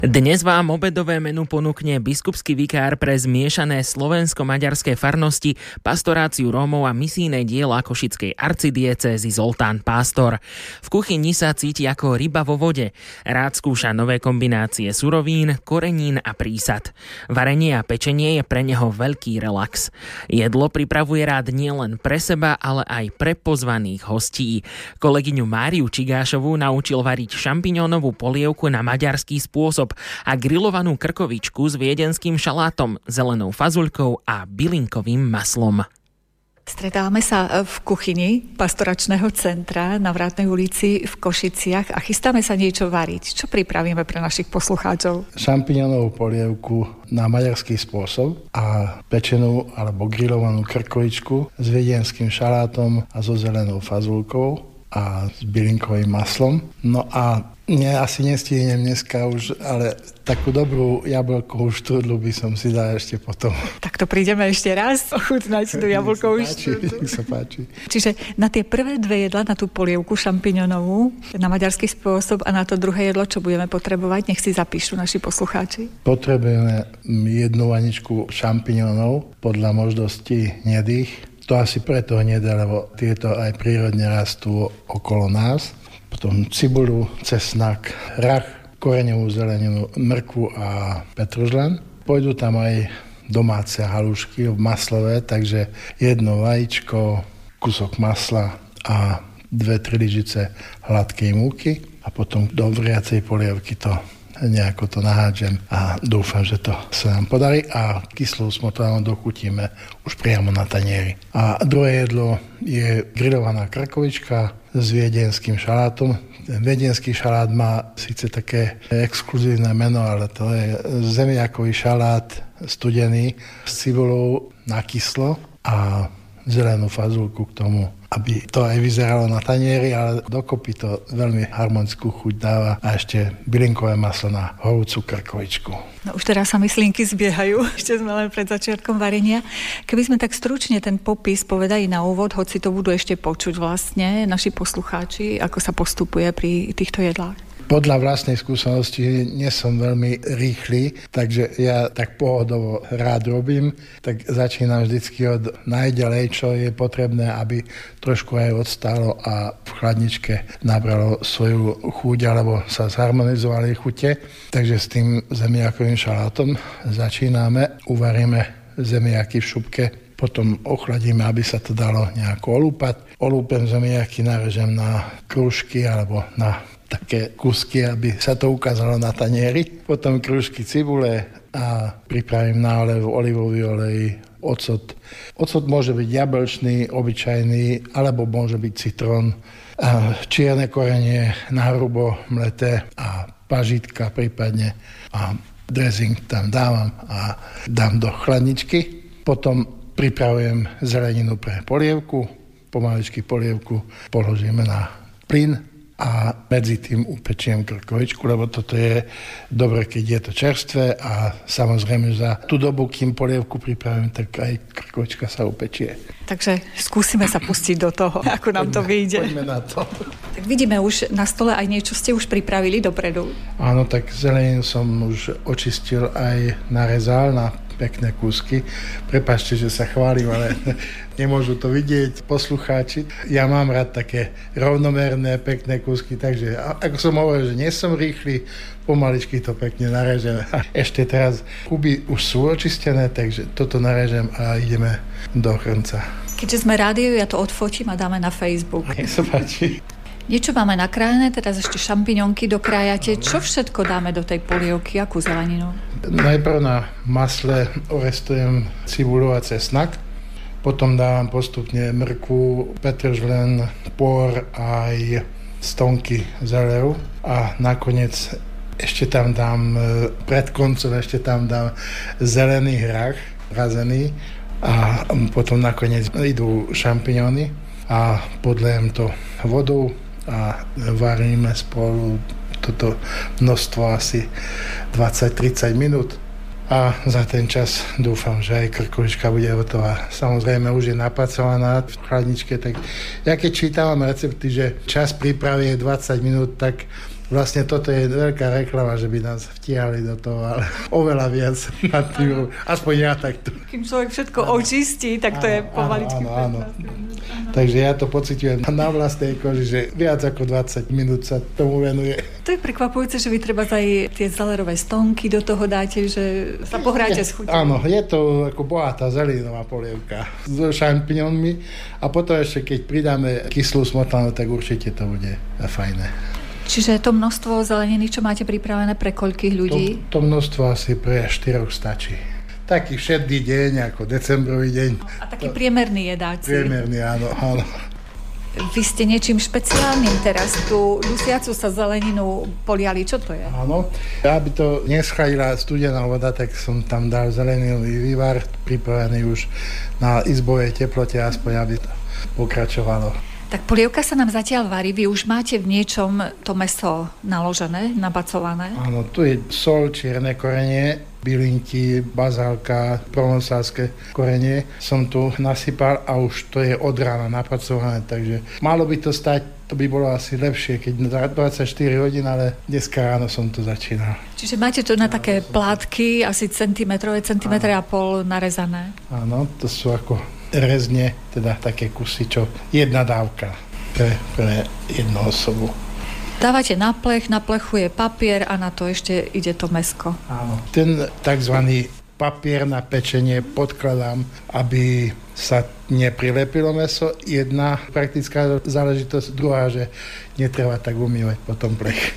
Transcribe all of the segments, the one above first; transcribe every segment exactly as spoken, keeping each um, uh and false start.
Dnes vám obedové menu ponúkne biskupský vikár pre zmiešané slovensko-maďarské farnosti, pastoráciu Rómov a misijné diela košickej arcidiecézy Zoltán Pásztor. V kuchyni sa cíti ako ryba vo vode. Rád skúša nové kombinácie surovín, korenín a prísad. Varenie a pečenie je pre neho veľký relax. Jedlo pripravuje rád nielen pre seba, ale aj pre pozvaných hostí. Kolegyňu Máriu Čigášovú naučil variť šampiňónovú polievku na maďarský spôsob a grillovanú krkovičku s viedenským šalátom, zelenou fazuľkou a bylinkovým maslom. Stretávame sa v kuchyni pastoračného centra na Vrátnej ulici v Košiciach a chystáme sa niečo variť. Čo pripravíme pre našich poslucháčov? Šampiňónovú polievku na maďarský spôsob a pečenú alebo grillovanú krkovičku s viedenským šalátom a so zelenou fazuľkou a s bylinkovým maslom. No a ne, asi nestihnem dneska už, ale takú dobrú jablkovú štrudlu by som si dal ešte potom. Tak to prídeme ešte raz ochutnať tú jablkovú štrudlu. Nech sa páči. Čiže na tie prvé dve jedlá, na tú polievku šampiňonovú, na maďarský spôsob a na to druhé jedlo, čo budeme potrebovať, nech si zapíšu naši poslucháči. Potrebujeme jednu vaničku šampiňonov podľa možností hnedých. To asi preto hnedé, lebo tieto aj prírodne rastú okolo nás. Potom cibuľu, cesnak, rach, koreňovú zeleninu, mrkvu a petržlen. Pôjdu tam aj domáce halušky maslové, takže jedno vajíčko, kúsok masla a dve tri lyžice hladkej múky. A potom do vriacej polievky to nejako to nahádžem a dúfam, že to sa nám podarí a kyslú smotánu dochutíme už priamo na tanieri. A druhé jedlo je grillovaná krkovička s viedenským šalátom. Ten viedenský šalát má síce také exkluzívne meno, ale to je zemiakový šalát studený s cibulou na kyslo a zelenú fazulku k tomu, aby to aj vyzeralo na tanieri, ale dokopy to veľmi harmonickú chuť dáva a ešte bylinkové maslo na horúcu krkovičku. No už teraz sa mi slinky zbiehajú, ešte sme len pred začiatkom varenia. Keby sme tak stručne ten popis povedali na úvod, hoci to budú ešte počuť vlastne naši poslucháči, ako sa postupuje pri týchto jedlách. Podľa vlastnej skúsenosti nie som veľmi rýchly, takže ja tak pohodovo rád robím, tak začínam vždycky od najďalej, čo je potrebné, aby trošku aj odstálo a v chladničke nabralo svoju chuť, alebo sa zharmonizovali chute. Takže s tým zemiakovým šalátom začíname, uvaríme zemiaky v šupke, potom ochladíme, aby sa to dalo nejako olúpať. Olúpem zemiaky, narežem na krúžky alebo na také kusky, aby sa to ukázalo na tanieri. Potom krúžky cibule a pripravím na olev olivový olej, ocot. Ocot môže byť jablčný, obyčajný, alebo môže byť citrón, čierne korenie nahrubo mleté a pažitka prípadne a dressing tam dávam a dám do chladničky. Potom pripravujem zeleninu pre polievku, pomaličky polievku položíme na plyn a medzi tým upečiem krkovičku, lebo toto je dobre, keď je to čerstvé a samozrejme za tú dobu, kým polievku pripravím, tak aj krkovička sa upečie. Takže skúsime sa pustiť do toho, ako nám poďme, to vyjde. Poďme na to. Tak vidíme už na stole aj niečo ste už pripravili dopredu. Áno, tak zeleninu som už očistil aj narezal na pekné kúsky. Prepáčte, že sa chválim, ale nemôžu to vidieť poslucháči. Ja mám rád také rovnomerné, pekné kúsky, takže ako som hovoril, že nie som rýchly, pomaličky to pekne narežem. A ešte teraz huby už sú očistené, takže toto narežem a ideme do hrnca. Keďže sme rádiu, ja to odfotím a dáme na Facebook. Nech sa páči. Niečo máme nakrájené, teraz ešte šampiňonky dokrájate. Čo všetko dáme do tej polievky, akú zeleninu? Najprv na masle orestujem cibuľu a cesnak, potom dávam postupne mrkvu, petržlen, por aj stonky zelev a nakoniec ešte tam dám, pred koncom ešte tam dám zelený hrách, razený a potom nakoniec idú šampiňóny a podlejem to vodou a varíme spolu toto množstvo asi dvadsať tridsať minút a za ten čas dúfam, že aj krkovička bude hotová. Samozrejme už je napracovaná v chladničke, tak ja keď čítam recepty, že čas prípravy je dvadsať minút, tak Vlastne toto je veľká reklama, že by nás vtiahli do toho, ale oveľa viac na tým, aspoň ja takto. Kým človek všetko áno. očistí, tak to áno, je pomaličky. Áno, áno, áno. Takže ja to pociťujem na vlastnej koži, že viac ako dvadsať minút sa tomu venuje. To je prekvapujúce, že vy treba aj tie zelerové stonky do toho dáte, že sa pohráte s chuťou. Áno, je to ako bohatá zeleninová polievka s šampiňonmi a potom ešte keď pridáme kyslú smotanu, tak určite to bude fajné. Čiže to množstvo zeleniny, čo máte pripravené pre koľkých ľudí? To, to množstvo asi pre štyroch stačí. Taký všedný deň, ako decembrový deň. A taký to, priemerný jedáci. Priemerný, áno, áno. Vy ste niečím špeciálnym teraz tú dusiacu sa zeleninu poliali. Čo to je? Áno. Aby to neschladila studená voda, tak som tam dal zeleninový vývar, pripravený už na izbovej teplote, aspoň aby to pokračovalo. Tak polievka sa nám zatiaľ varí. Vy už máte v niečom to mäso naložené, nabacované? Áno, tu je sol, čierne korenie, bylinky, bazálka, provenzálske korenie som tu nasypal a už to je od rána napacované, takže malo by to stať, to by bolo asi lepšie, keď dvadsaťštyri hodín, ale dneska ráno som to začínal. Čiže máte to na také plátky, asi centimetrové, centimetre a pol narezané? Áno, to sú ako rezne, teda také kusy, čo jedna dávka pre, pre jednu osobu. Dávate na plech, na plechu je papier a na to ešte ide to mäsko. Áno. Ten takzvaný papier na pečenie podkladám, aby sa neprilepilo mäso. Jedna praktická záležitosť, druhá, že netreba tak umývať potom plech.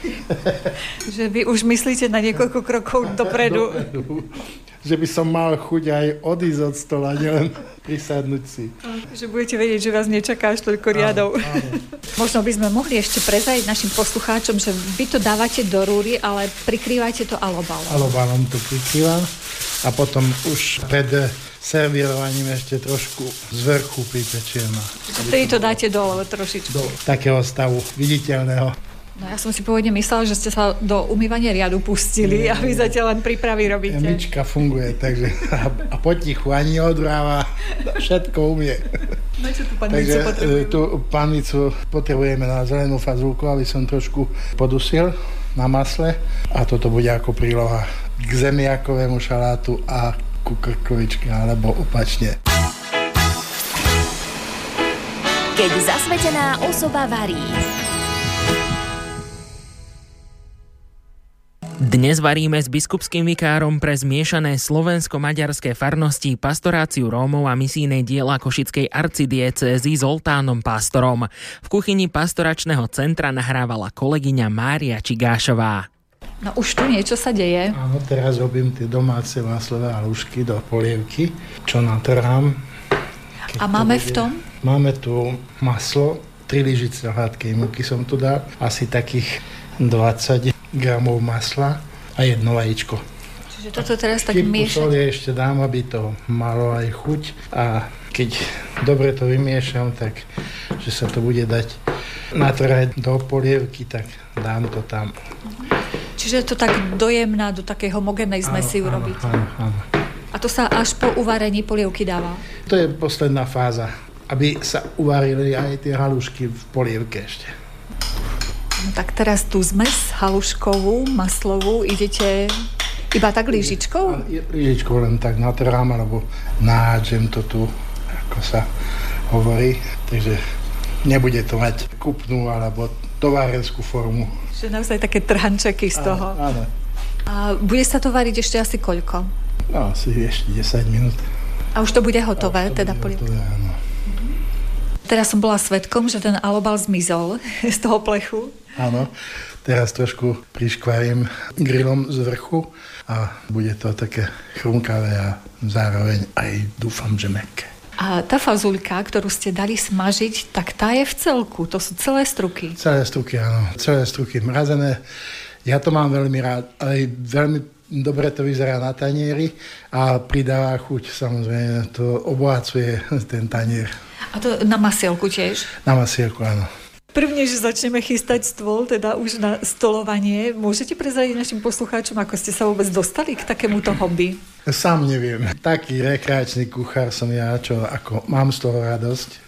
Že vy už myslíte na niekoľko krokov dopredu. dopredu. Že by som mal chuť aj odísť od stola, nielen prisadnúť si. Že budete vedieť, že vás nečaká až toľko riadov. Áno, áno. Možno by sme mohli ešte prezradiť našim poslucháčom, že vy to dávate do rúry, ale prikrývate to alobalom. Alobalom to prikrývam a potom už pred servírovaním ešte trošku z vrchu pripečiem. Vtedy to dáte dole trošičku. Do takého stavu viditeľného. No ja som si pôvodne myslela, že ste sa do umývania riadu pustili a vy zatiaľ len prípravy robíte. Myčka funguje, takže a, a potichu ani odvráva, všetko umie. No čo tu pannicu potrebujeme? Tu pannicu potrebujeme na zelenú fazulku, aby som trošku podusil na masle a toto bude ako príloha k zemiakovému šalátu a ku krkovičke, alebo opačne. Keď zasvetená osoba varí. Dnes varíme s biskupským vikárom pre zmiešané slovensko-maďarské farnosti Pastoráciu Rómov a misijné diela Košickej arcidiecézy Zoltánom Pástorom. V kuchyni pastoračného centra nahrávala kolegyňa Mária Čigášová. No už tu niečo sa deje. Áno, teraz robím tie domáce máslové halušky do polievky, čo natrhám. A máme v tom? Máme tu maslo, tri lyžice hladkej múky som tu dal, asi takých dvadsať gramov masla a jedno vajíčko. Čiže toto teraz tak miešať? Soli ešte dám, aby to malo aj chuť a keď dobre to vymiešam, tak že sa to bude dať natrhať do polievky, tak dám to tam. Čiže to tak dojemná, do takej homogénnej zmesi urobiť. Áno, áno. A to sa až po uvarení polievky dáva? To je posledná fáza, aby sa uvarili aj tie halušky v polievke ešte. No tak teraz tú zmes haluškovú, maslovú, idete iba tak lyžičkou? Lyžičkou len tak natrhám, alebo nahádžem to tu, ako sa hovorí. Takže nebude to mať kupnú alebo továrenskú formu. Že naozaj také trhančeky z toho. Áno, áno. A bude sa to variť ešte asi koľko? No, asi ešte desať minút. A už to bude hotové? To teda bude hotové, áno. Teraz som bola svedkom, že ten alobal zmizol z toho plechu. Áno, teraz trošku priškvarím grillom z vrchu a bude to také chrumkavé a zároveň aj dúfam, že mäkké. A tá fazuľka, ktorú ste dali smažiť, tak tá je v celku, to sú celé struky. Celé struky, áno, celé struky mrazené. Ja to mám veľmi rád, ale veľmi dobre to vyzerá na tanieri a pridáva chuť, samozrejme, to obohacuje ten tanier. A to na masielku tiež? Na masielku, áno. Prvne, že začneme chystať stôl, teda už na stolovanie, môžete prezradiť našim poslucháčom, ako ste sa vôbec dostali k takémuto hobby? Sám neviem. Taký rekreačný kuchár som ja, čo ako mám z toho radosť.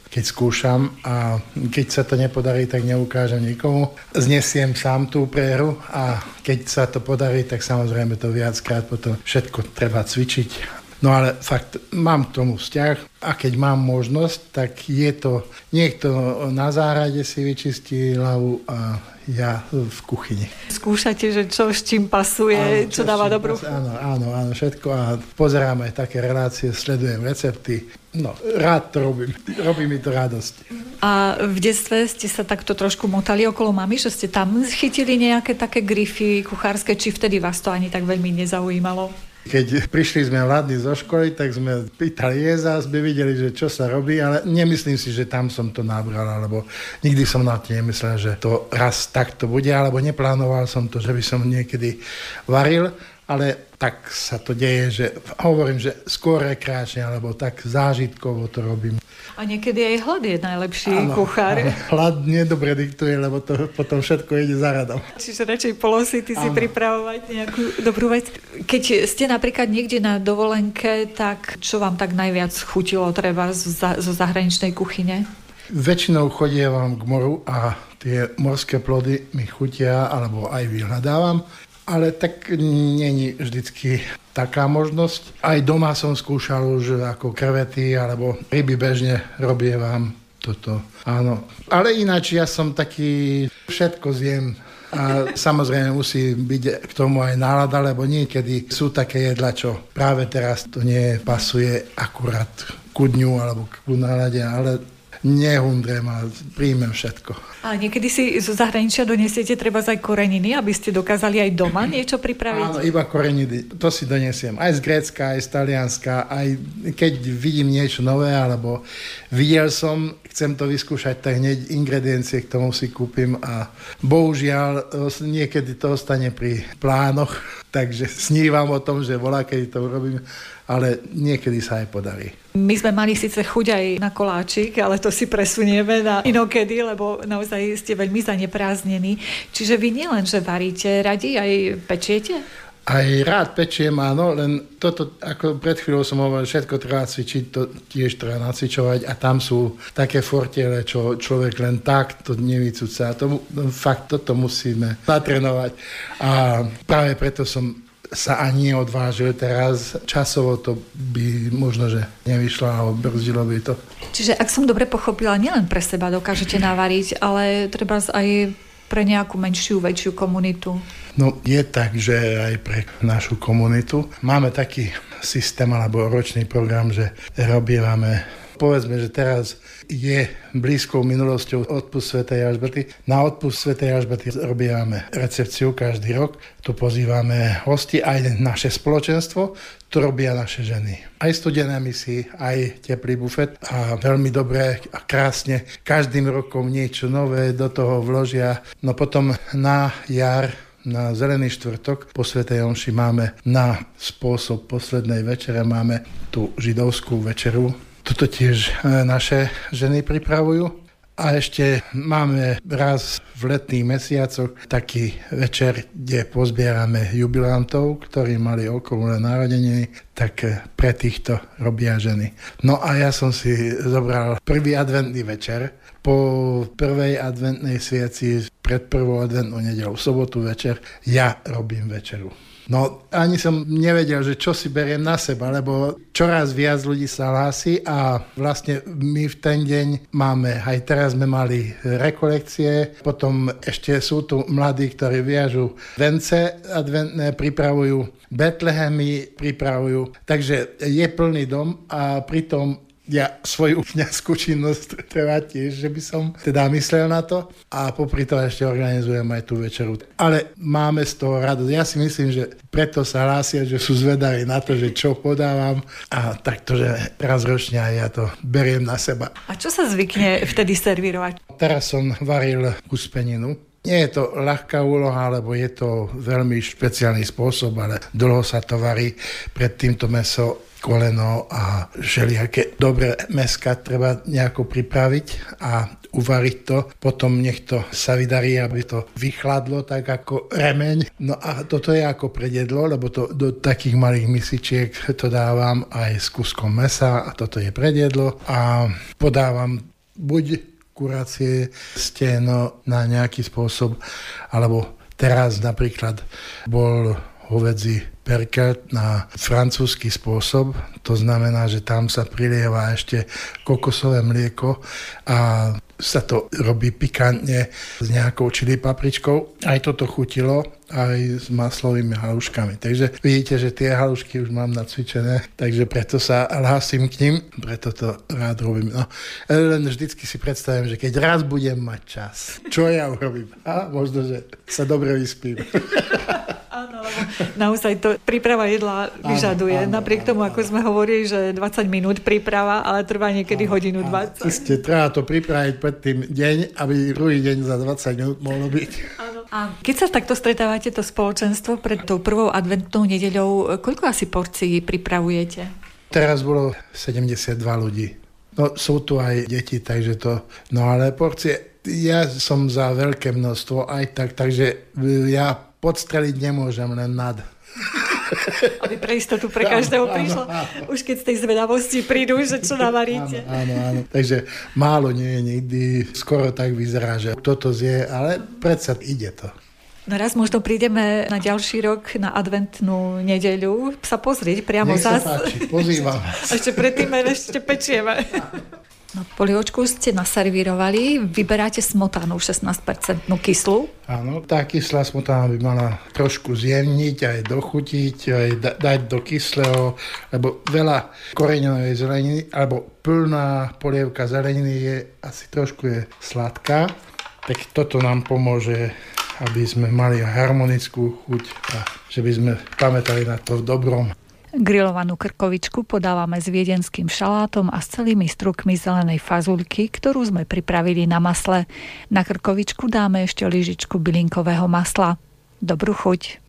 keď skúšam a keď sa to nepodarí, tak neukážem nikomu. Znesiem sám tú prehru a keď sa to podarí, tak samozrejme to viackrát potom všetko treba cvičiť. No ale fakt, mám k tomu vzťah a keď mám možnosť, tak je to niekto na záhrade si vyčistí hlavu a ja v kuchyni. Skúšate, že čo s čím pasuje, áno, čo, čo dáva dobrú? Áno, áno, áno, všetko a pozerám aj také relácie, sledujem recepty. No, rád to robím. Robí mi to radosť. A v detstve ste sa takto trošku motali okolo mami, že ste tam chytili nejaké také grify kuchárske, či vtedy vás to ani tak veľmi nezaujímalo? Keď prišli sme mladí zo školy, tak sme pýtali jeza, sme videli, že čo sa robí, ale nemyslím si, že tam som to nabral, alebo nikdy som na to nemyslel, že to raz takto bude, alebo neplánoval som to, že by som niekedy varil, ale tak sa to deje, že hovorím, že skôr rekreačne, alebo tak zážitkovo to robím. A niekedy aj hlad je najlepší áno, kuchár. Áno, hlad nedobre diktuje, lebo to potom všetko ide za radom. Čiže radšej polosity si pripravovať nejakú dobrú vec. Keď ste napríklad niekde na dovolenke, tak čo vám tak najviac chutilo treba zo, zo zahraničnej kuchyne? Väčšinou chodievam k moru a tie morské plody mi chutia, alebo aj vyhľadávam. Ale tak není vždycky taká možnosť. Aj doma som skúšal už ako krevety alebo ryby bežne robievam toto. Áno. Ale ináč ja som taký, všetko zjem. A samozrejme musí byť k tomu aj nálada, lebo niekedy sú také jedla, čo práve teraz to nepasuje akurát ku dňu alebo ku nálade, ale nehundrem a príjmem všetko. A niekedy si zo zahraničia donesiete treba aj koreniny, aby ste dokázali aj doma niečo pripraviť? Áno, iba koreniny. To si donesiem. Aj z Grécka, aj z Talianska. Aj keď vidím niečo nové, alebo videl som, chcem to vyskúšať, tak hneď ingrediencie k tomu si kúpim a bohužiaľ niekedy to ostane pri plánoch, takže snívam o tom, že volá, keď to urobím, ale niekedy sa aj podarí. My sme mali síce chuť aj na koláčik, ale to si presunieme na inokedy, lebo naozaj ste veľmi zaneprázdnení. Čiže vy nielen, že varíte, radi aj pečiete? Aj rád pečiem, áno, len toto, ako pred chvíľou som hovoril, všetko treba cvičiť, to tiež treba nacvičovať a tam sú také fortiele, čo človek len tak to nevycúca. To, fakt, toto musíme natrenovať a práve preto som sa ani neodvážil teraz. Časovo to by možno, že nevyšlo, alebo brzdilo by to. Čiže ak som dobre pochopila, nielen pre seba dokážete navariť, ale treba aj pre nejakú menšiu, väčšiu komunitu. No je tak, že aj pre našu komunitu. Máme taký systém alebo ročný program, že robievame, povedzme, že teraz je blízkou minulosťou odpust svätej Alžbety. Na odpust svätej Alžbety robíme recepciu každý rok. Tu pozývame hosti, aj naše spoločenstvo, to robia naše ženy. Aj studené misy, aj teplý bufet a veľmi dobre a krásne každým rokom niečo nové do toho vložia. No potom na jar, na Zelený štvrtok po svätej omši máme na spôsob poslednej večere máme tú židovskú večeru. Toto tiež naše ženy pripravujú. A ešte máme raz v letných mesiacoch taký večer, kde pozbierame jubilantov, ktorí mali okrúhle narodeniny, tak pre týchto robia ženy. No a ja som si zobral prvý adventný večer. Po prvej adventnej svieci pred prvou adventnou nedeľou, v sobotu večer, ja robím večeru. No ani som nevedel, že čo si beriem na seba, lebo čoraz viac ľudí sa hlási a vlastne my v ten deň máme, aj teraz sme mali rekolekcie, potom ešte sú tu mladí, ktorí viažú vence adventné, pripravujú Betlehemy, pripravujú, takže je plný dom a pritom ja svoju kňazskú činnosť treba tiež, že by som teda myslel na to a popri to ešte organizujem aj tú večeru. Ale máme z toho radosť. Ja si myslím, že preto sa hlásia, že sú zvedaví na to, že čo podávam a takto, že raz ročne aj ja to beriem na seba. A čo sa zvykne vtedy servírovať? Teraz som varil uspeninu. Nie je to ľahká úloha, lebo je to veľmi špeciálny spôsob, ale dlho sa to varí. Predtým to mäso, koleno a všelijaké dobré mäska treba nejako pripraviť a uvariť to. Potom nech to sa vydarí, aby to vychladlo tak ako remeň. No a toto je ako predjedlo, lebo to do takých malých misičiek to dávam aj s kuskom mäsa a toto je predjedlo a podávam buď kurácie steno na nejaký spôsob, alebo teraz napríklad bol hovädzí perkelt na francúzsky spôsob. To znamená, že tam sa prilieva ešte kokosové mlieko a sa to robí pikantne s nejakou čili papričkou. Aj toto chutilo, aj s maslovými haluškami. Takže vidíte, že tie halušky už mám nacvičené, takže preto sa hlásim k ním, preto to rád robím. No, len vždycky si predstavím, že keď raz budem mať čas, čo ja urobím? A možno, že sa dobre vyspím. Áno, lebo naozaj to príprava jedla vyžaduje. Áno, áno, Napriek tomu, áno, ako sme hovorili, že dvadsať minút príprava, ale trvá niekedy áno, hodinu áno, dvadsať. Isté, treba to pripraviť pred tým deň, aby druhý deň za dvadsať minút mohlo byť. Áno. A keď sa takto stretávate, to spoločenstvo pred tou prvou adventnou nedeľou, koľko asi porcií pripravujete? Teraz bolo sedemdesiatdva ľudí. No, sú tu aj deti, takže to... No ale porcie, ja som za veľké množstvo aj tak, takže ja podstreliť nemôžem, len nad. Aby pre istotu pre každého prišlo. Už keď z tej zvedavosti prídu, že čo navaríte. Áno, áno, áno. Takže málo nie je nikdy. Skoro tak vyzerá, že kto to zje, ale predsa ide to. No raz možno prídeme na ďalší rok na adventnú nedeľu sa pozrieť priamo zás. Nech sa páči, pozývam vás. Ešte predtým ešte pečieme. No, polievočku ste naservírovali, vyberáte smotánu šestnásť percent kyslú. Áno, tá kyslá smotána by mala trošku zjemniť, aj dochutiť, aj da- dať do kyslého, lebo veľa koreňovej zeleniny, alebo plná polievka zeleniny je asi trošku je sladká, tak toto nám pomôže, aby sme mali harmonickú chuť a že by sme pamätali na to v dobrom. Grillovanú krkovičku podávame s viedenským šalátom a s celými strukmi zelenej fazuľky, ktorú sme pripravili na masle. Na krkovičku dáme ešte lyžičku bylinkového masla. Dobrú chuť.